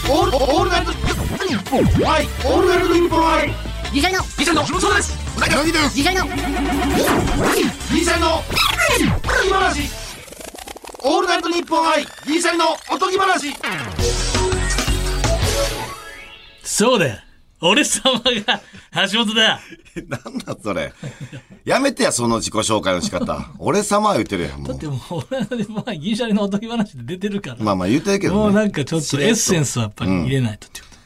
オールナイトニッポン愛オールナイトニッポン愛ギリシャリのそうです。 ギリシャリのギリシャリのおとぎ話。オールナイトニッポン愛ギリシャリのおとぎ話。 そうだよ、俺様が橋本だ。 なんだそれ。やめてや、その自己紹介の仕方。俺様は言ってるやん、もう。 だってもう俺はギリシャリのおとぎ話で出てるから。 まあまあ言うてるけどね。 もうなんかちょっとエッセンスはやっぱり入れないとっていうこと。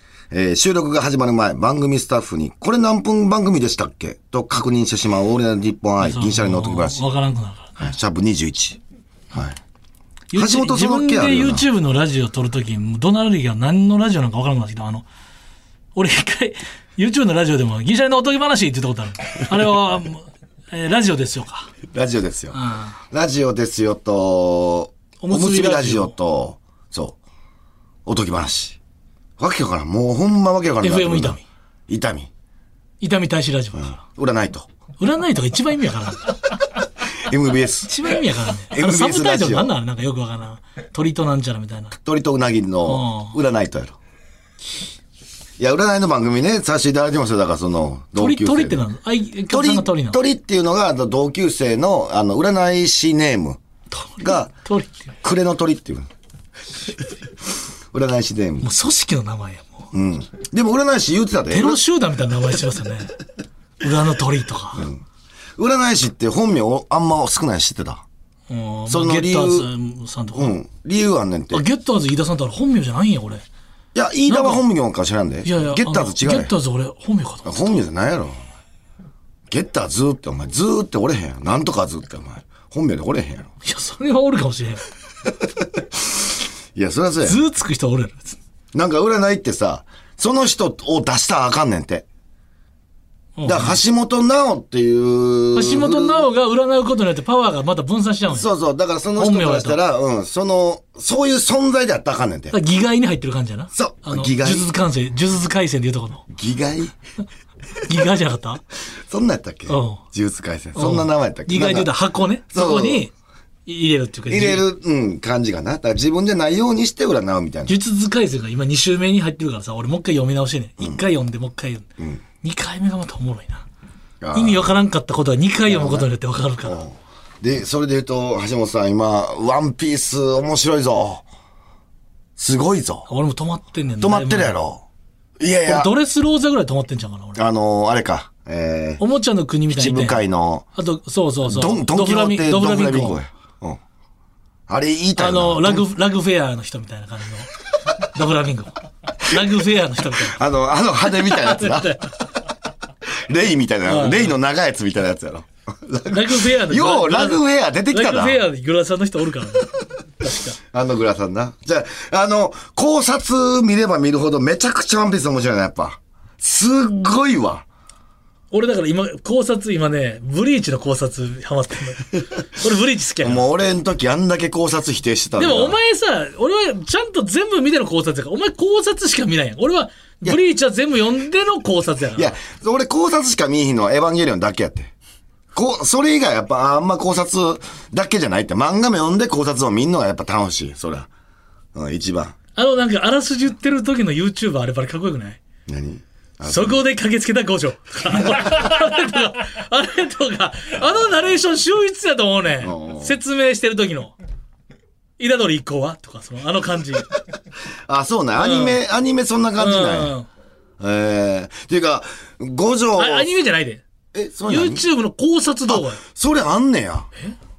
収録が始まる前、番組スタッフに、これ何分番組でしたっけと確認してしまうオールナイトニッポン愛銀シャリのおとぎ話。 わからんくなるからね。 シャープ21。はい。橋自本その分で気あるよな。 YouTube のラジオ撮るとき、どのラジオが何のラジオなんかわからなくなってきた。俺一回、YouTube のラジオでも、ギリシャリのおとぎ話って言ったことある。あれは、ラジオですよか。 ラジオですよ。 あラジオですよと、おむすびラジオと、そう、おとぎ話。わけわからん。もうほんまわけわからん。 FM 痛み。 痛み。 痛み大使ラジオだから。 占いと。 占いとか一番意味わからん。 MBS。 一番意味わからんね。 MBS サブタイトルラジオなんなのなんかよくわからん。鳥となんちゃらみたいな。 鳥とうなぎの占いとやろ。いや、占いの番組ね、させていただいてますよ。だからその、同級生。 鳥ってなの鳥っていうのが、同級生の、占い師ネームが、 鳥って。 暮れの鳥っていう。占い師ネーム。 もう組織の名前や、もう。 うん。でも占い師言うてたで。 テロ集団みたいな名前してますよね。裏の鳥とか。 占い師って本名あんま少ない知ってた。その理由ゲッターズさんとか。 理由あんねんって。 ゲッターズ飯田さんとか本名じゃないんや、俺。 いや、飯田は本名か知らんで。 いやいや、 ゲッターズ違うやん。 ゲッターズ俺本名かと思って。 本名じゃないやろ。ゲッターズーってお前、ズーっておれへんやん。なんとかズーってお前、本名でおれへんやろ。 いや、それはおるかもしれん。 いや、そりゃそうや。 図つく人おるやろ、別に。 なんか占いってさ、その人を出したらあかんねんて。だから橋本直っていう。 橋本直が占うことによってパワーがまた分散しちゃうんや。 そうそう。だからその人からしたら、そういう存在であったらあかんねんて。 擬骸に入ってる感じやな。 そう。 呪術廻戦で言うとこの。 擬骸擬骸じゃなかったそんなんやったっけうん呪術廻戦。そんな名前やったっけ擬骸で言うと箱ね。 そうそこに入れるっていうか。 入れる、感じかな。だから自分じゃないようにして占うみたいな。 呪術廻戦が今2週目に入ってるからさ、俺もう一回読み直してね。1回読んでもう一回読んで。2回目がまたおもろいな。意味わからんかったことは2回読むことによってわかるから。 で、それで言うと、橋本さん今、ワンピース面白いぞ。すごいぞ。 俺も止まってんねん。 止まってるやろ。いやいや。 ドレスローザぐらい止まってんちゃうかな、俺。 あれか。 おもちゃの国みたいな。 七部会の。 あと、そう。 ドンキホーテ、ドフラミンゴや。うん。あれ言いたいな。 ラグフェアの人みたいな感じの。ドフラミンゴ。ラグフェアの人みたいな。 羽みたいなやつな。レイみたいな、レイの長いやつみたいなやつやろ。 ラグフェアの。 よう、ラグフェア出てきたな。 ラグフェアでグラサンの人おるからね。確か。 グラサンな。じゃあ、考察見れば見るほどめちゃくちゃワンピース面白いな、やっぱ。すっごいわ。 俺だから今ね、ブリーチの考察ハマってんの。俺ブリーチ好きやから。 もう俺の時あんだけ考察否定してたんだ。 でもお前さ、俺はちゃんと全部見ての考察やから、お前考察しか見ないやん。俺は、ブリーチは全部読んでの考察やから。 いや、俺考察しか見えひんのはエヴァンゲリオンだけやって。それ以外やっぱあんま考察だけじゃないって。漫画も読んで考察を見んのがやっぱ楽しい。そりゃ。一番。 なんかあらすじ言ってる時の YouTuber あれかっこよくない？ 何？ そこで駆けつけた五条。あれとか、ナレーション秀逸やと思うねん。説明してる時の。稲取一行はとか、感じ。 あ、そうね。アニメそんな感じなんや。っていうか、五条。 アニメじゃないで。 そうなの YouTube の考察動画や。 それあんねや。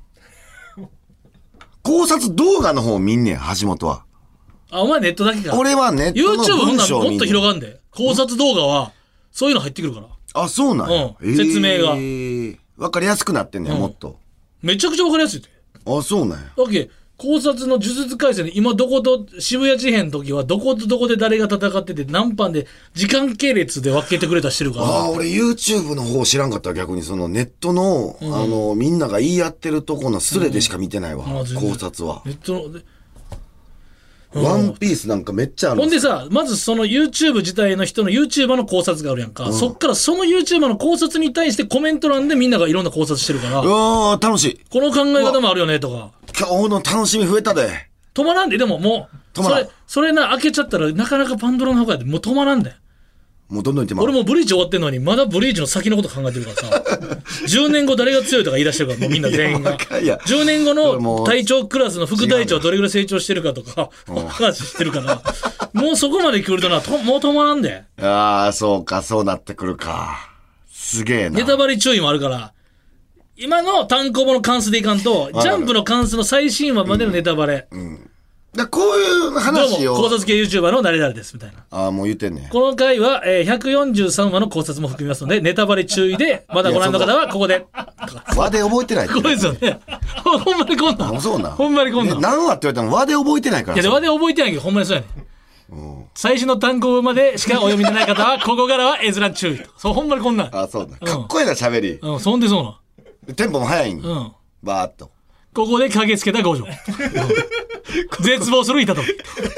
考察動画の方見んねや、橋本は。 お前ネットだけか。 俺はネットの文章 YouTube ほんならもっと広がんで。考察動画は、そういうの入ってくるから。 あ、そうなんや。 説明が。 わかりやすくなってんねや、もっと。 めちゃくちゃわかりやすいって。 あ、そうなんや。 だっけ、考察の呪術廻戦で今どこと渋谷事変の時はどことどこで誰が戦ってて何班で時間系列で分けてくれたりしてるから。 俺 YouTube の方知らんかったら逆にそのネットの、みんなが言い合ってるとこのスレでしか見てないわ、考察は。 ネットのワンピースなんかめっちゃある。 ほんでさ、まずその YouTube 自体の人の YouTuber の考察があるやんか。そっからその YouTuber の考察に対してコメント欄でみんながいろんな考察してるから。 うわー、楽しい。 この考え方もあるよねとか。 今日の楽しみ増えたで。 止まらんで、でももう、それな、開けちゃったらなかなかパンドラの箱やで、もう止まらんで。 もうどんどんいってまう。 俺もうブリーチ終わってんのに、まだブリーチの先のこと考えてるからさ、10年後誰が強いとか言い出してるから、もうみんな全員が。10年後の隊長クラスの副隊長どれぐらい成長してるかとか、話してるから、もうそこまで来るとな、もう止まらんで。 ああ、そうか、そうなってくるか。すげえな。 ネタバレ注意もあるから、今の単行本の関数でいかんと、ジャンプの関数の最新話までのネタバレ。 だこういう話を。 どうも、考察系 YouTuber の誰々です、みたいな。 ああ、もう言ってんね。 この回は、143話の考察も含みますので、ネタバレ注意で、まだご覧の方はここで。 和で覚えてない。 これですよね。ほんまにこんなん。 そうな。 ほんまにこんなん。 何話って言われても和で覚えてないから。 いや、和で覚えてないけど、ほんまにそうやね。最新の単行本までしかお読みでない方は、ここからは絵面注意。そう、ほんまにこんなん。 あ、そうだ。かっこいいな、喋り。 うん、そんでそうな。 テンポも速いん。バーっと。 ここで駆けつけた五条。絶望する板取。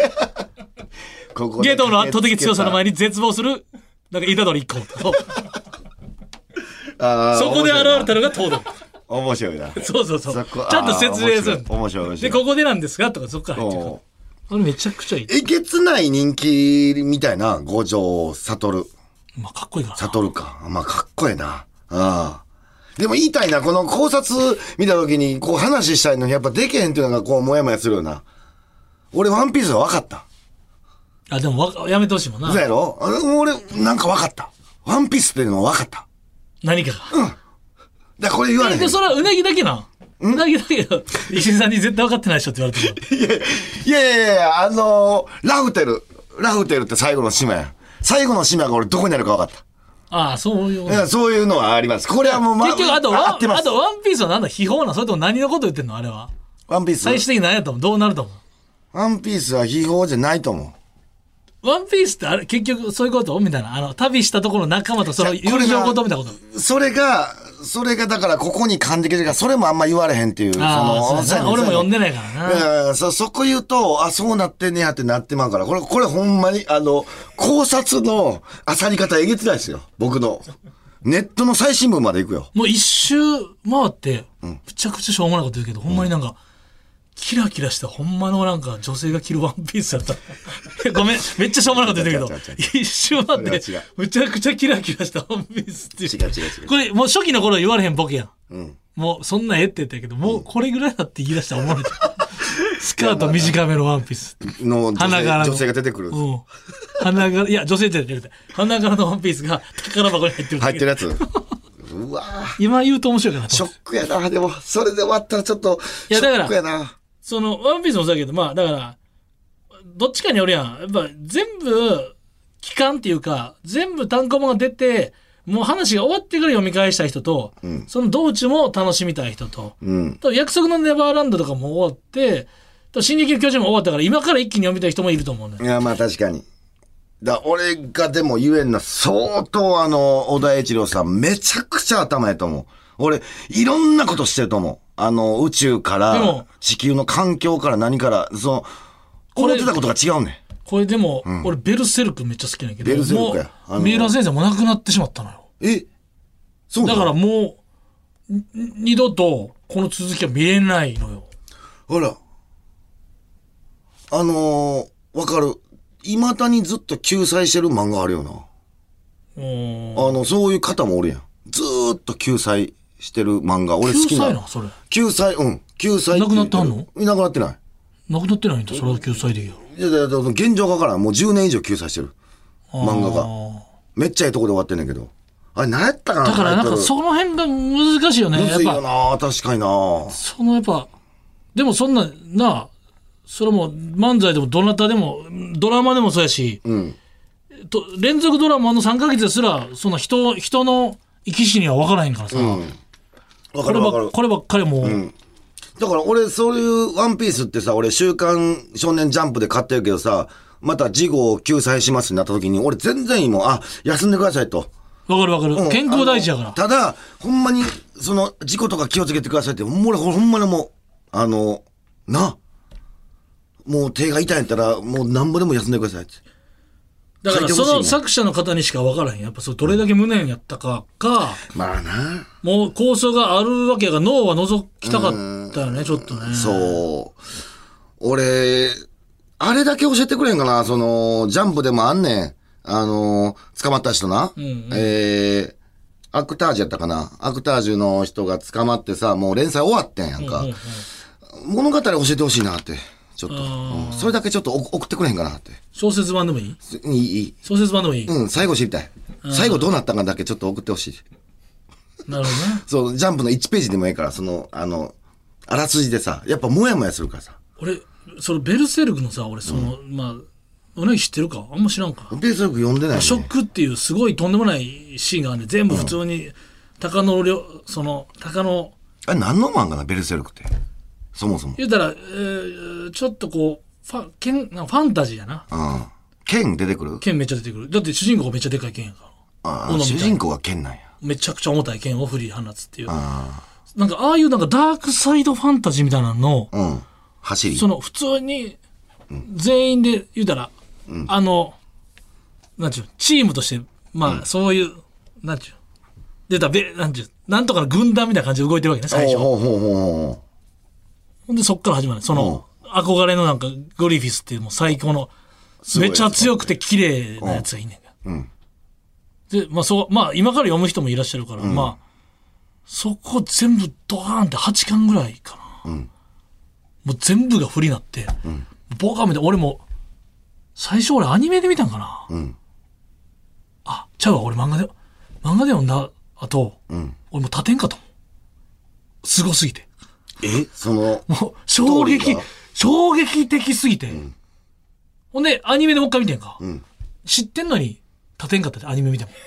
ゲトの圧倒的強さの前に絶望する、なんか板取一個。そこで現れたのが東堂。 面白いな。 そうそうそう。ちゃんと説明する。 面白い。 で、ここでなんですかとか、そっから入ってくる。それめちゃくちゃいい。 えげつない人気みたいな、五条悟。 まあ、かっこいいからな。 悟か。まあ、かっこいいな。ああ。でも言いたいな、この考察見たときに、こう話したいのに、やっぱできへんっていうのが、こう、もやもやするよな。俺、ワンピースは分かった。 あ、でもやめてほしいもんな。 そうやろ？俺、なんか分かった。ワンピースっていうのは分かった。 何かが。 うん。だからこれ言われへん。 で、それはうなぎだけな。うなぎだけど、石井さんに絶対分かってないでしょって言われてる。 いや、ラフテルって最後の島や。最後の島が俺どこにあるか分かった。 ああ、そういう。 そういうのはあります。これはもう結局、あとワンピースはなんだ、秘宝な、それとも何のこと言ってんのあれは。 ワンピース。 最終的に何やと思う？どうなると思う？ ワンピースは秘宝じゃないと思う。ワンピースってあれ、結局そういうことみたいな。旅したところの仲間とその友情ことみたいなこと。 それがだからここに感じてるから、それもあんま言われへんっていう。 俺も読んでないからな。 そこ言うと、あ、そうなってんねやってなってまうから、これほんまに、考察の漁り方えげつないですよ。僕の。ネットの最新聞まで行くよ。 もう一周回って、むちゃくちゃしょうもないこと言うけど、ほんまになんか、キラキラしたほんまのなんか女性が着るワンピースだった。ごめん、めっちゃしょうもないこと言ってるけど、一周回って、むちゃくちゃキラキラしたワンピースっていう。違う。これもう初期の頃言われへんボケやん。もうそんなえって言ったけど、もうこれぐらいだって言い出したらおもろい。スカート短めのワンピース。 の女性が出てくる。 花柄、いや、女性じゃなくて、花柄のワンピースが宝箱に入ってる。 入ってるやつ。うわ今言うと面白いかな。 ショックやな。でも、それで終わったらちょっと、ショックやな。 その、ワンピースもそうだけど、まあ、だから、どっちかによるやん。やっぱ、全部、期間っていうか、全部単行本が出て、もう話が終わってから読み返したい人と、その道中も楽しみたい人と、約束のネバーランドとかも終わって、進撃の巨人も終わったから、今から一気に読みたい人もいると思うね。 いや、まあ確かに。俺がでも言えんな、相当小田栄一郎さん、めちゃくちゃ頭やと思う。俺、いろんなことしてると思う。宇宙から、地球の環境から何から、思ってたことが違うねん。 これでも、俺、ベルセルクめっちゃ好きなんやけど、 ベルセルクや。 三浦先生も亡くなってしまったのよ。 そうだからもう、二度と、この続きは見れないのよ。 ほら。わかる。未だにずっと救済してる漫画あるよな。そういう方もおるやん。ずーっと救済してる漫画。俺好きな。 救済なそれ。 救済、救済。 なくなってはんの？ なくなってない。 なくなってないんだ。それは救済でいいよ。 いや、現状がわからん。もう10年以上救済してる。漫画が。めっちゃいいとこで終わってんねんけど。あれ、何やったかな。 だからなんかその辺が難しいよね。 むずいよな、確かにな。 やっぱ、でもそんな、それも漫才でもどなたでもドラマでもそうやし、連続ドラマの3ヶ月ですらその人の生き死には分からへんからさ、 分かる分かる。 こればっかりもだから俺そういうワンピースってさ、俺週刊少年ジャンプで買ってるけどさ、また事後を救済しますってなった時に俺全然いいもん。休んでくださいと。 分かる、健康大事やから。 ただほんまにその事故とか気をつけてくださいって、俺ほんまにもうもう手が痛いんやったらもうなんぼでも休んでくださいって。 だからその作者の方にしか分からへん。やっぱどれだけ無念やったかまあな、 もう構想があるわけが、脳は覗きたかったよね、ちょっとね。 そう。 俺、あれだけ教えてくれへんかな、ジャンプでもあんねん。捕まった人な。アクタージュやったかな。アクタージュの人が捕まってさ、もう連載終わってんやんか。物語教えてほしいなって。ちょっと、それだけちょっと送ってくれへんかなって。 小説版でもいい？ いい。 小説版でもいい？ 最後知りたい。最後どうなったかだけちょっと送ってほしい。 なるほどね。 そう、ジャンプの1ページでもいいから、あらすじでさ、やっぱもやもやするからさ。 俺、ベルセルクのさ、俺おねぎ知ってるか？あんま知らんか。 ベルセルク読んでないね。 ショックっていうすごいとんでもないシーンがあるね。全部普通に、鷹の、 あれ何の漫画な、ベルセルクって。そもそも。 言うたら、ちょっとこう、ファンタジーやな。 剣出てくる？ 剣めっちゃ出てくる。だって主人公がめっちゃでかい剣やから。 主人公が剣なんや。 めちゃくちゃ重たい剣を振り放つっていう。なんか、ああいうなんかダークサイドファンタジーみたいなのの、 走り。 普通に、全員で言うたら、なんちゅう、チームとして、そういう、なんちゅう、なんとかの軍団みたいな感じで動いてるわけね、最初。ほんで、そっから始まる。憧れのなんか、グリフィスっていうもう最高の、めっちゃ強くて綺麗なやつがいいねん。で、今から読む人もいらっしゃるから、そこ全部ドカーンって8巻ぐらいかな。もう全部が不利になって、ボカ見て、俺も、最初俺アニメで見たんかな。ちゃうわ、俺漫画で読んだ後、俺もう立てんかと思う。すごすぎて。もう、衝撃的すぎて。ほんで、アニメでもう一回見てんか。知ってんのに、立てんかったで、アニメ見ても。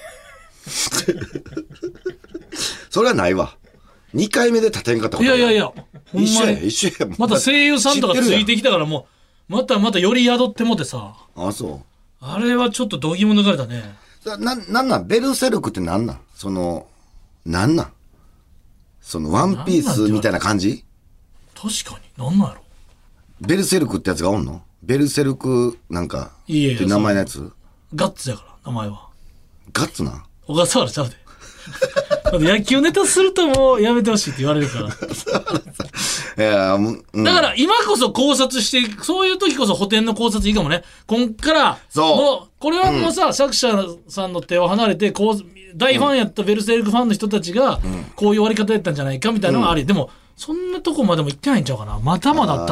それはないわ。2回目で立てんかったことない。 いや。 一緒や。 また声優さんとかついてきたからもう、またより宿ってもってさ。 そう。 あれはちょっと度肝抜かれたね。 なんなんベルセルクってなんなんなんなんワンピースみたいな感じ？ 確かに。なんなんやろ。 ベルセルクってやつがおんの？ベルセルクなんかっていう名前のやつ？ガッツやから、名前は。 ガッツな？ 小笠原ちゃうで。野球ネタするともうやめてほしいって言われるから。だから今こそ考察して、そういう時こそ補填の考察いいかもね。こんから、もう、これはもうさ、作者さんの手を離れて、大ファンやったベルセルクファンの人たちが、こういう終わり方やったんじゃないかみたいなのはあり。でも、そんなとこまでも行ってないんちゃうかな。まだまだあった。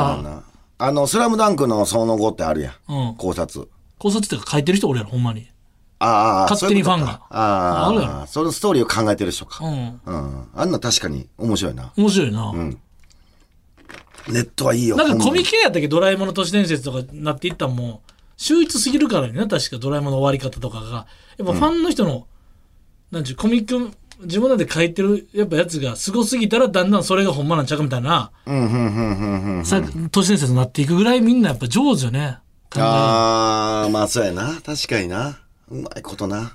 スラムダンクのその後ってあるやん。考察。 考察っていうか書いてる人俺やろ、ほんまに。 勝手にファンが。 あるやろ。そのストーリーを考えてる人か。あんな確かに面白いな。 面白いな。 ネットはいいよ。 なんかコミケやったっけ、ドラえもんの都市伝説とかなっていったんも、秀逸すぎるからね、確かドラえもんの終わり方とかが。やっぱファンの人の、なんちゅう、コミック、自分らで書いてるやっぱやつがすごすぎたらだんだんそれがほんまなんちゃうかみたいな、都市伝説になっていくぐらいみんなやっぱ上手よね。 そうやな。確かにな。うまいことな。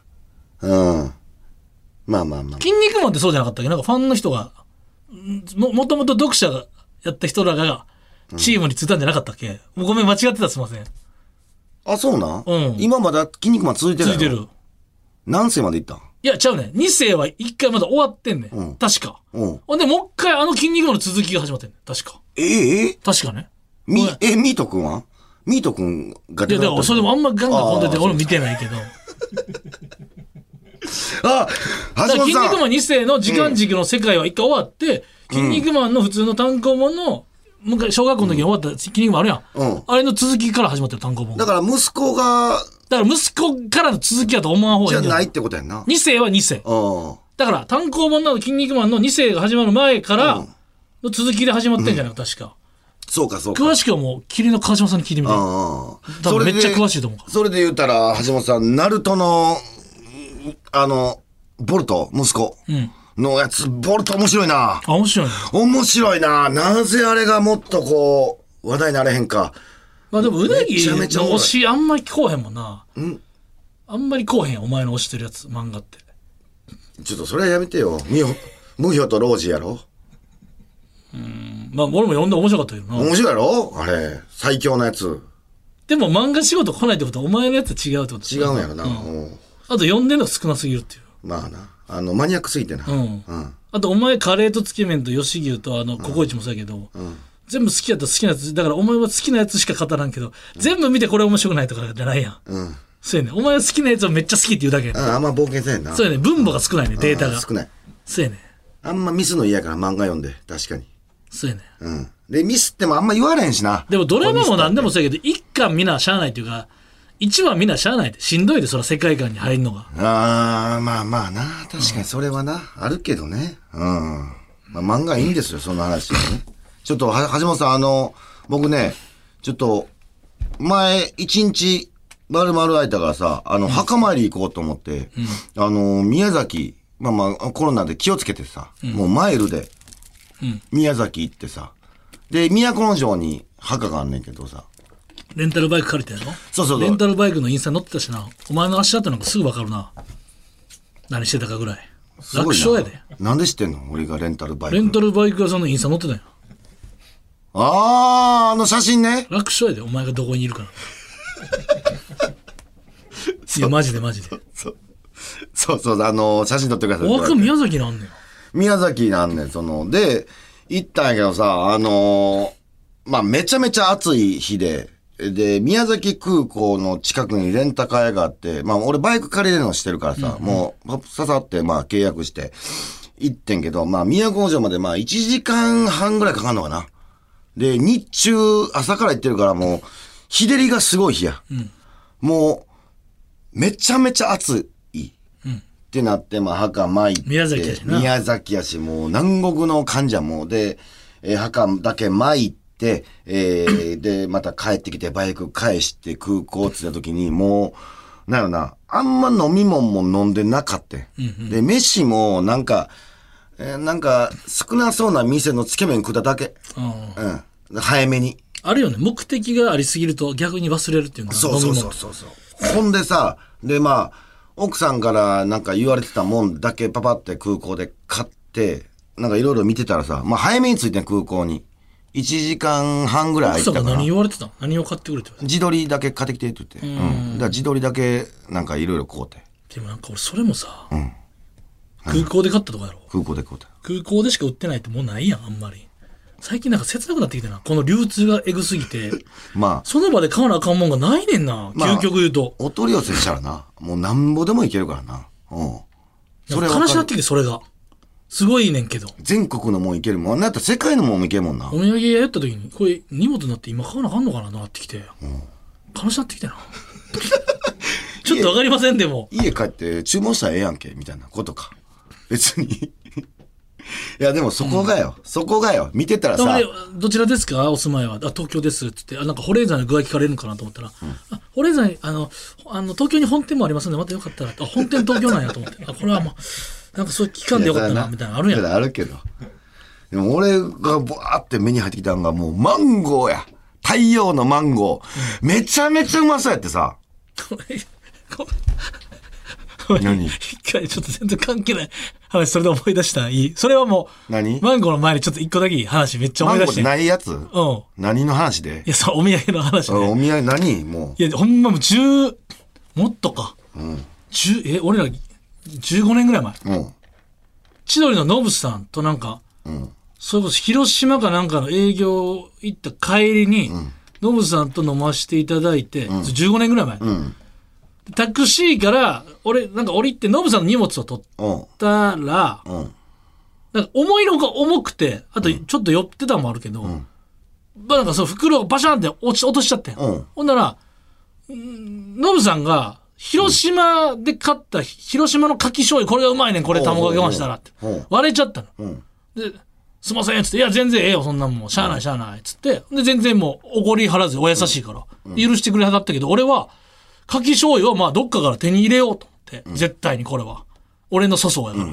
まあ。 筋肉マンってそうじゃなかったっけ？なんかファンの人が、もともと読者がやった人らがチームについたんじゃなかったっけ？もうごめん、間違ってた、すいません。 そうなん？今まだ筋肉マン続いてる。 続いてる。 何世までいったん？ いや、ちゃうね。2世は1回まだ終わってんねん。確か。ほんで、もう一回筋肉マンの続きが始まってんねん。確か。確かね。 ミートくんは？ミートくんが出てた。 いや、だからそれでもあんまガンガン混んでて俺も見てないけど。 橋本さん。 筋肉マン2世の時間軸の世界は一回終わって、筋肉マンの普通の単行本の、小学校の時に終わった筋肉マンあるやん。あれの続きから始まってる単行本。 だから息子からの続きやと思わん方がいいんじゃないってことやんな。 2世は2世。だから単行本の筋肉マンの2世が始まる前からの続きで始まってんじゃないか、確か。 そうか。 詳しくはもう、霧の川島さんに聞いてみて。多分めっちゃ詳しいと思うから。 それで言うたら、橋本さん、ナルトの、ボルト、息子のやつ、ボルト面白いな。 面白いね。 面白いな。なぜあれがもっとこう、話題になれへんか。 まあでも、うなぎの推しあんまりこうへんもんな。あんまりこうへん、お前の推してるやつ、漫画って。 ちょっとそれはやめてよ。無表とロージやろ。 まあ俺も読んで面白かったけどな。 面白いやろあれ。最強のやつ。 でも漫画仕事来ないってことはお前のやつは違うってこと違うんやろな。あと読んでるの少なすぎるっていう。 まあな。マニアックすぎてな。 あとお前カレーとつけ麺と吉牛とココイチもそうやけど、 全部好きやったら好きなやつ、だからお前は好きなやつしか語らんけど、全部見てこれ面白くないとかじゃないやん。そうやね。お前は好きなやつをめっちゃ好きって言うだけやね。 あんま冒険せんな。 そうやね。分母が少ないね、データが。 少ない。 そうやね。 あんまミスの嫌やから漫画読んで、確かに。 そうやね。 で、ミスってもあんま言われんしな。 でもドラマも何でもそうやけど、一巻みんなしゃあないっていうか、一話みんなしゃあないで、しんどいで、そら世界観に入るのが。 まあまあな。確かにそれはな、あるけどね。まあ漫画いいんですよ、そんな話はね。ちょっと、橋本さん、僕ね、ちょっと、前、一日、丸々空いたからさ、墓参り行こうと思って、宮崎、まあコロナで気をつけてさ、もうマイルで、宮崎行ってさ、で、都城に墓があんねんけどさ、 レンタルバイク借りてんの？ そう。 レンタルバイクのインスタ載ってたしな。お前の足跡なんかすぐわかるな。何してたかぐらい。楽勝やで。 なんで知ってんの？俺がレンタルバイク。 レンタルバイク屋さんのインスタ載ってたよ。 写真ね。 楽勝やで、お前がどこにいるかな。いや、マジで。 そう、写真撮ってください。 お墓宮崎なんねん。 宮崎なんねん、で、行ったんやけどさ、まあ、めちゃめちゃ暑い日で、宮崎空港の近くにレンタカー屋があって、まあ、俺バイク借りれるのしてるからさ、もう、ささって、まあ、契約して、行ってんけど、まあ、都城まで、まあ、1時間半ぐらいかかんのかな。で、日中、朝から行ってるから、もう、日照りがすごい日や。もう、めちゃめちゃ暑い。ってなって、まあ、墓参って。 宮崎やしな。 宮崎やし、もう、南国の患者も、で、墓だけ参って、で、また帰ってきて、バイク返して空港着いた時に、もう、なんやろな、あんま飲み物も飲んでなかった。で、飯も、なんか少なそうな店のつけ麺食っただけ。早めに。 あるよね。目的がありすぎると逆に忘れるっていうのが。 そう。ほんでさ、で、まあ、奥さんからなんか言われてたもんだけパパって空港で買って、なんかいろいろ見てたらさ、まあ早めに着いてん空港に。1時間半ぐらい空いてたから。 奥さんが何言われてたの？何を買ってくれてた？ 地鶏だけ買ってきてって言って。だから地鶏だけなんかいろいろ買うて。 でもなんか俺それもさ、空港で買ったとかやろ？ 空港で買うた。 空港でしか売ってないってもうないやん、あんまり。最近なんか切なくなってきてな。この流通がエグすぎて。まあ。その場で買わなあかんもんがないねんな。究極言うと。 お取り寄せしたらな。もうなんぼでもいけるからな。 それ悲しなってきて、それが。すごいねんけど。 全国のもんいけるもん。なんやったら世界のもんもいけるもんな。 お土産屋やった時に、これ荷物になって今買わなあかんのかなとなってきて。悲しなってきてな。ちょっとわかりませんでも。 家帰って注文したらええやんけ、みたいなことか。別に。いや、でもそこがよ。見てたらさ。 どちらですかお住まいは。東京です。つって。なんか保冷剤の具合聞かれるのかなと思ったら。保冷剤、東京に本店もありますんで、またよかったら。本店東京なんやと思って。これはもう、なんかそういう期間でよかったな、みたいなのあるんや。 あるけど。でも俺がバーって目に入ってきたのがもうマンゴーや。太陽のマンゴー。めちゃめちゃうまそうやってさ。何？ 一回ちょっと全然関係ない話、それで思い出したいい？それはもう、 何？ マンゴーの前にちょっと一個だけいい話めっちゃ思い出して。 マンゴーないやつ？何の話で？ いや、そう、お土産の話で。 お土産何？もう。 いや、ほんまもうもっとか。俺ら15年ぐらい前。千鳥のノブさんとなんか、それこそ広島かなんかの営業行った帰りに、ノブさんと飲ませていただいて、15年ぐらい前。タクシーから、俺、なんか降りて、ノブさんの荷物を取ったら、なんか思いのほか重くて、あとちょっと寄ってたのもあるけど、なんかその袋をバシャンって落としちゃってん。ほんなら、ノブさんが、広島で買った広島の牡蠣醤油、これがうまいねん、これ卵かけましたらって。割れちゃったの。で、すいません、つって、いや、全然ええよ、そんなんもう、しゃあない、つって。で、全然もう、怒り払ずお優しいから、許してくれはかったけど、俺は、牡蠣醤油をまあ、どっかから手に入れようと思って、絶対にこれは。俺の粗相やから。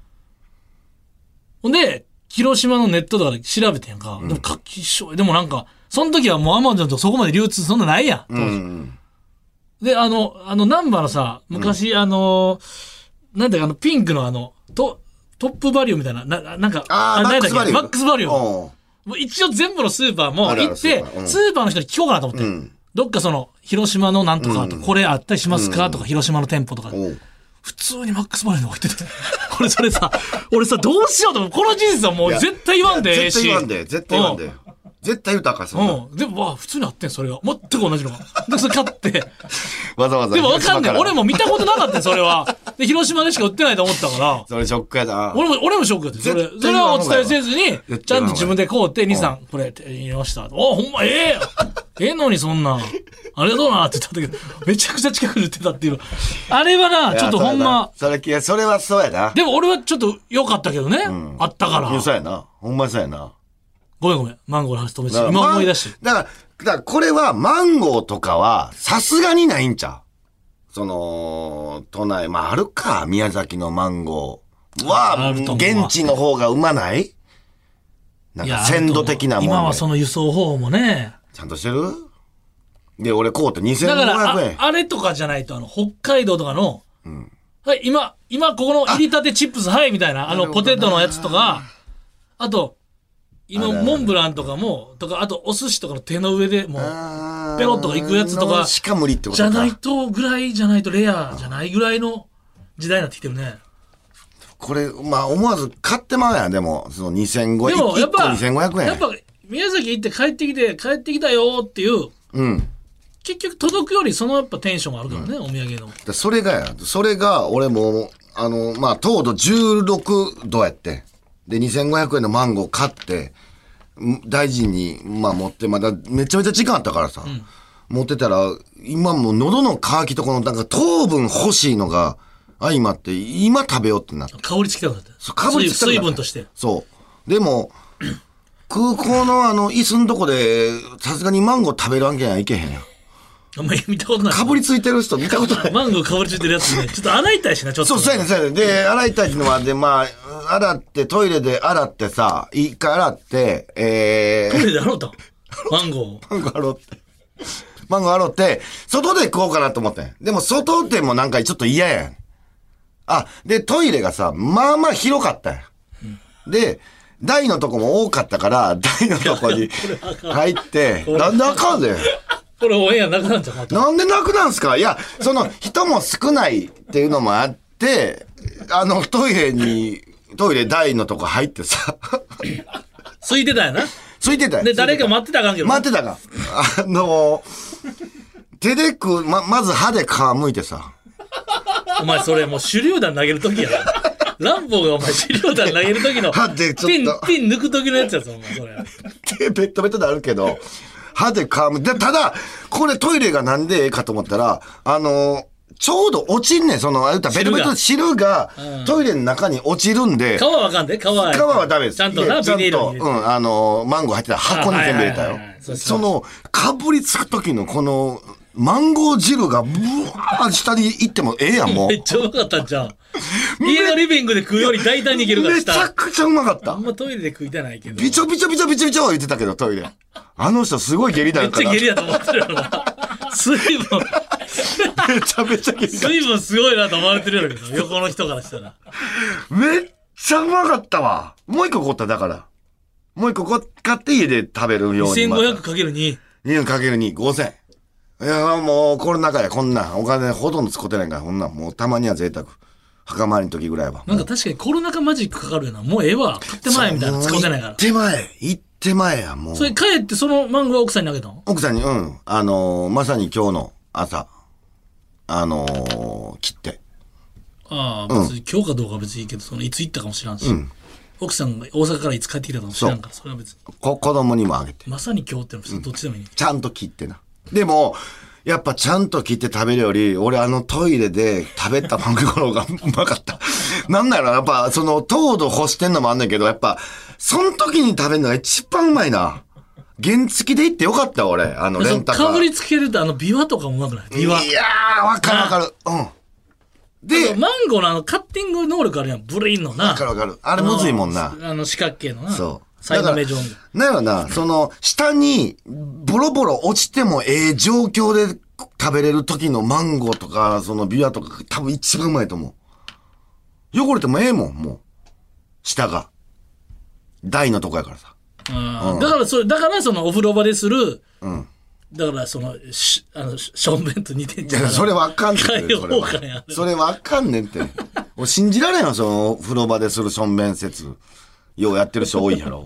ほんで、広島のネットとかで調べてんやんか。でも牡蠣醤油、でもなんか、その時はもうアマゾンとそこまで流通そんなないやん、当時。で、ナンバーのさ、昔、なんだかピンクのトップバリューみたいな、なんか、 マックスバリュー。 マックスバリュー。もう一応全部のスーパーも行って、スーパーの人に聞こうかなと思って。どっか広島のなんとかと、これあったりしますかとか、広島の店舗とか。普通にマックスバリューで置いてて。これ俺さ、どうしようと思う。この事実はもう絶対言わんでええし。 絶対言わんで。 絶対言うたらあかん、そんな。 うん。でも、普通にあってん、それが。全く同じのが。で、それ買って。 わざわざ。 でもわかんない。俺も見たことなかったよ、それは。で、広島でしか売ってないと思ったから。 それショックやな。 俺もショックやって。それはお伝えせずに、ちゃんと自分で買うて、兄さん、これって言いました。お、ほんま、ええのにそんな。ありがとうなって言ったんだけど、めちゃくちゃ近くに売ってたっていうの。あれはな、ちょっとほんま。 それはそうやな。 でも俺はちょっと良かったけどね。あったから。 そうやな。ほんまそうやな。 ごめん。マンゴーの話止めて今思い出して。 だからこれは、マンゴーとかは、さすがにないんちゃう？都内、まあ、あるか、宮崎のマンゴーは、現地の方がうまない？なんか、鮮度的なもん、ね。 今はその輸送方法もね。 ちゃんとしてる？で、俺こうって2500円。だから、あれとかじゃないと、北海道とかの、はい、今、ここの入りたてチップス、はい、みたいな、ポテトのやつとか、あと、今、モンブランとかも、あと、お寿司とかの手の上でもう、ペロッとか行くやつとか、 しか無理ってことか。 じゃないとレアじゃないぐらいの時代になってきてるね。 これ、まあ、思わず買ってまうやん、でも、その2500円。でも、 やっぱ、 2500円。 やっぱ、宮崎行って帰ってきたよっていう、結局届くよりそのやっぱテンションがあるからね、お土産の。 それが、俺も、まあ、糖度16度やって。で、2500円のマンゴー買って、大事に、まあ持って、まだめちゃめちゃ時間あったからさ、持ってたら、今もう喉の渇きとこの、なんか糖分欲しいのが相まって、今食べようってなって。 香りつきたくなって。 香りつきたくなって。 水分として。 そう。でも、空港の椅子のとこで、さすがにマンゴー食べるわけにはいけへんやん。 あんまり見たことない。 かぶりついてる人見たことない。 マンゴーかぶりついてるやつね。ちょっと洗いたいしな、ちょっと。 そうやね。で、洗いたいのは、で、まあ、洗って、トイレで洗ってさ、一回洗って、 トイレで洗ったマンゴー。 マンゴー洗って、外で食おうかなと思ってん。でも、外でもなんかちょっと嫌やん。あ、で、トイレがさ、まあまあ広かったんや。で、台のとこも多かったから、台のとこに入って、なんであかんねん。 これオンエアなくなんじゃん。 なんでなくなんすか？いや、人も少ないっていうのもあって、トイレ台のとこ入ってさ。 空いてたよな。 空いてたよ。 で、誰か待ってたかんけど。 待ってたか。手でまず歯で皮むいてさ。 お前それもう手榴弾投げるときやな。ランボーがお前手榴弾投げるときのピン抜くときのやつやぞ、お前それ。 手ベッドベッドであるけど、歯で噛む。で、ただ、これトイレがなんでええかと思ったら、ちょうど落ちんねん。ベトベト汁がトイレの中に落ちるんで。 皮はあかんで、皮はダメです。 ちゃんとな、ビニールに入れて。 マンゴー入ってた箱に全部入れたよ。かぶりつく時のこの、マンゴー汁がブワー下に行ってもええやん、もう。 めっちゃうまかったんじゃん。家のリビングで食うより大胆にいけるからめちゃくちゃうまかった。 あんまトイレで食いたないけど。 ビチョビチョビチョビチョビチョは言ってたけど、トイレ。あの人すごい下痢だから。 めっちゃ下痢だと思ってるやろな。水分。 めちゃめちゃ下痢だ。 水分すごいなと思われてるやろけど、横の人からしたら。 めっちゃうまかったわ。もう一個買った、だから。もう一個買って家で食べるように。 2500×2。 2×2、5000。いや、もう、コロナ禍や、こんなん。お金ほとんど使ってないから、こんなん。もう、たまには贅沢。墓参りの時ぐらいは。 なんか確かにコロナ禍マジックかかるよな。もうええわ。買ってまえみたいな。使ってないから。 行ってまえや、もう。 それ帰ってそのマンゴーは奥さんにあげたの？ 奥さんに、まさに今日の朝、切って。 ああ、別に今日かどうかは別にいいけど、いつ行ったかも知らんし。奥さんが大阪からいつ帰ってきたかも知らんから、それは別に。 子供にもあげて。 まさに今日ってのはどっちでもいい。 ちゃんと切ってな。でも、やっぱちゃんと切って食べるより、俺トイレで食べたマンゴーがうまかった。なんだろう、やっぱ糖度欲してんのもあんねんけど、やっぱ、その時に食べるのが一番うまいな。原付きで行ってよかった、俺。レンタカー。 かぶりつけるとビワとかもうまくない？ビワ。 いやー、わかる。うん。 で、マンゴーのカッティング能力あるやん、ブリーンのな。 わかる。あれむずいもんな。 四角形のな。 そう。 サイド目状みたいな。 なんやろな、下に、ボロボロ落ちてもええ状況で食べれる時のマンゴーとか、ビワとか、多分一番うまいと思う。汚れてもええもん、もう。下が。台のとこやからさ。 だからお風呂場でする、だからションベンと似てんじゃん。 いや、それわかんねんって。それわかんねんって。信じられんよ、風呂場でするションベン説。ようやってる人多いやろ。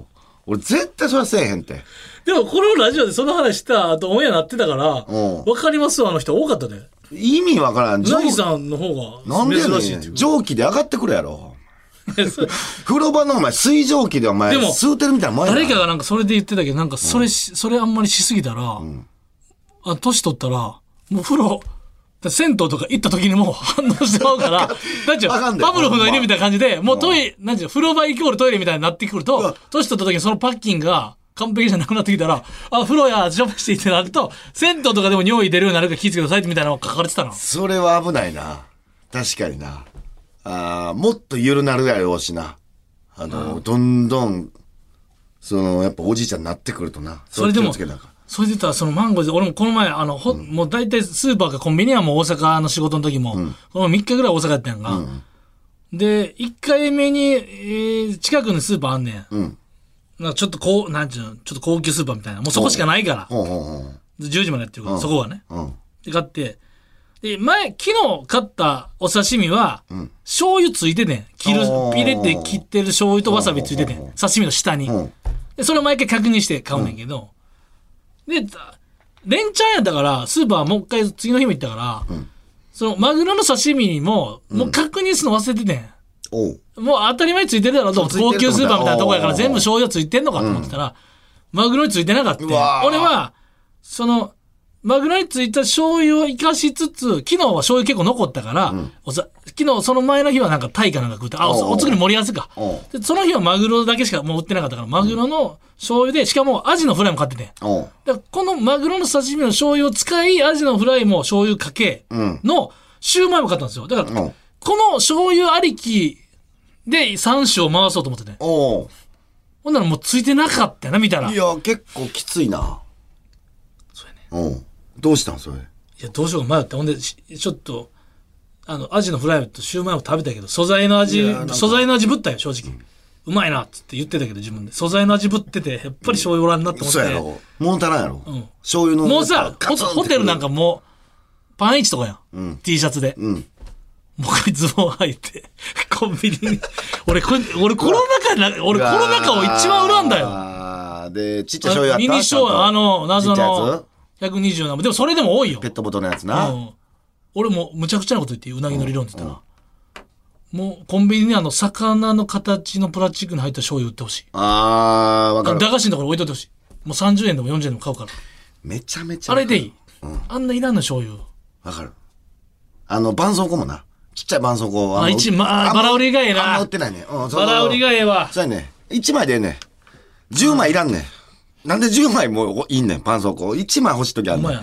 俺絶対それはせえへんって。 でもこのラジオでその話した後オンエアなってたから、わかりますわ、あの人多かったで。 意味わからん。 なぎさんの方が珍しいっていう。 蒸気で上がってくるやろ。風呂場のお前水蒸気でお前吸うてるみたいな前誰かがなんかそれで言ってたけど、なんかそれあんまりしすぎたら、年取ったらもう風呂銭湯とか行った時にも反応してまうからなんちゅうパブロフの犬みたいな感じでもうトイレなんちゅう風呂場イコールトイレみたいになってくると、年取った時にそのパッキンが完璧じゃなくなってきたら、風呂やショップしていってなると銭湯とかでも尿意出るようになるから気ぃつけてくださいみたいなのが書かれてたの。 それは危ないな。確かにな。もっと緩なるやろうしな。どんどん、やっぱおじいちゃんになってくるとな。 それでも、それで言ったら、そのマンゴーで、俺もこの前、もう大体スーパーかコンビニはもう大阪の仕事の時も、この3日ぐらい大阪やったやんか。で、1回目に、近くにスーパーあんねん。なんかちょっとなんちゅうの、ちょっと高級スーパーみたいな。もうそこしかないから。10時までやってるから、そこはね。で、買って、で、昨日買ったお刺身は、醤油ついててん。入れて切ってる醤油とわさびついててん。刺身の下に。で、それを毎回確認して買うねんけど、で、連チャンやったから、スーパーもう一回次の日も行ったから、そのマグロの刺身にも、もう確認するの忘れててん。もう当たり前ついてるだろうと思って、高級スーパーみたいなとこやから全部醤油ついてんのかと思ってたら、マグロについてなかった。俺は、マグロについた醤油を生かしつつ、昨日は醤油結構残ったから、昨日その前の日はなんかタイかなんか食って、お次に盛り合わせか。で、その日はマグロだけしかもう売ってなかったから、マグロの醤油で、しかもアジのフライも買ってて。このマグロの刺身の醤油を使い、アジのフライも醤油かけのシューマイも買ったんですよ。だから、この醤油ありきで3種を回そうと思ってて。ほんならもうついてなかったよな、見たら。 いや、結構きついな。そうやね。どうしたんそれ。いや、どうしようか迷って。ほんで、ちょっと、アジのフライとシューマイも食べたけど、素材の味ぶったよ、正直。うまいな、つって言ってたけど、自分で。素材の味ぶってて、やっぱり醤油おらんなって思って。 そうやろ。物足らんやろ。醤油の。 もうさ、ホテルなんかもう、パンイチとかやん。T シャツで。もう一回ズボン履いて、コンビニに。俺コロナ禍を一番恨んだよ。 で、ちっちゃい醤油やった。 ミニ醤油、謎の。120な。でもそれでも多いよ。 ペットボトルのやつな。 俺もむちゃくちゃなこと言ってうなぎの理論って言ったら。もうコンビニに魚の形のプラスチックに入った醤油売ってほしい。 わかる。 駄菓子のところ置いといてほしい。もう30円でも40円でも買うから。 めちゃめちゃ。 あれでいい。あんないらんの醤油。 わかる。絆創膏もな。ちっちゃい絆創膏。 バラ売りがええな。 あんま売ってないね。 バラ売りがええわ。 そうやね。1枚でええね。10枚いらんねん。なんで10枚もいいんねん、絆創膏。1枚欲しいときあるの。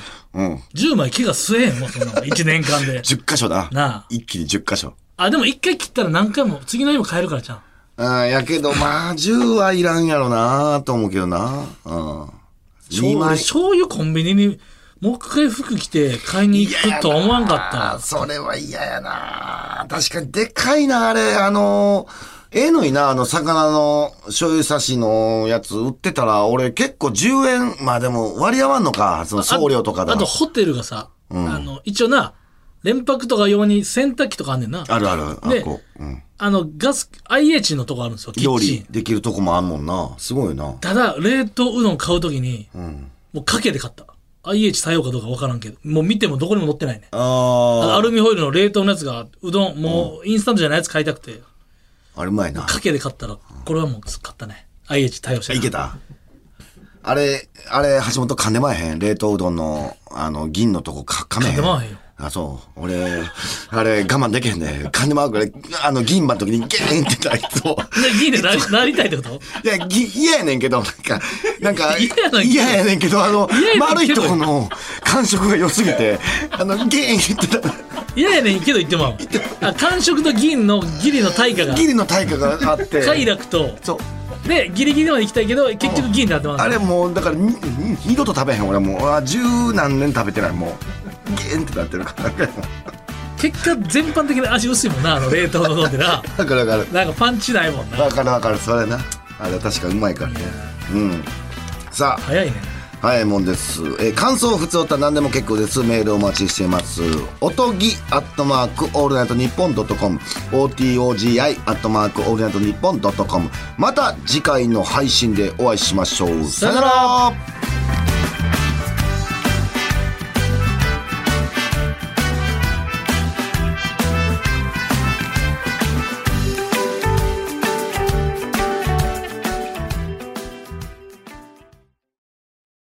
10枚木が吸えへんもん、そんなの。1年間で。 10箇所だ。 なあ。 一気に10箇所。 でも1回切ったら何回も、次の日も買えるからじゃん。やけど、10はいらんやろなと思うけどな。 醤油コンビニに、もう一回服着て買いに行くとは思わんかった。 それは嫌やな確かにでかいな、あれ、ええのにな、魚の醤油差しのやつ売ってたら、俺結構10円、でも割り合わんのか、その送料とかだ。 あとホテルがさ、一応な、連泊とか用に洗濯機とかあんねんな。 あるある。 で、ガス、IH のとこあるんですよ、キッチン。 料理できるとこもあんもんな。すごいな。 ただ、冷凍うどん買うときに、もうかけで買った。IH 対応かどうか分からんけど、もう見てもどこにも載ってないね。アルミホイルの冷凍のやつが、うどん、もうインスタントじゃないやつ買いたくて。 あれうまいな。 かけで買ったら、これはもう買ったね。IH 対応して。 いけた。あれ、橋本噛んでまえへん。冷凍うどんの、銀のとこ噛めへん。 噛んでまえへんよ。 そう。俺、あれ我慢できへんね。噛んでまうから、銀歯の時にゲーンってなりそう。 銀でなりたいってこと？ いや、嫌やねんけど、嫌やねんけど、丸いとこの感触が良すぎて、ゲーンってなる。 嫌やねんけど言っても感触と銀のギリの対価があって快楽とそうでギリギリまで行きたいけど結局銀になってます、 あれもうだから二度と食べへん俺もう十何年食べてないもうゲーンってなってるから結果全般的に味薄いもんな冷凍のうどんってなだからなんかパンチないもんなわかるそれなあれ確かうまいからねさあ早いね早いもんです。感想普通歌何でも結構です。メールお待ちしています。おとぎアットマークオールナイトニッポンドットコム OTOGI アットマークオールナイトニッポンドットコム。また次回の配信でお会いしましょう。さよなら。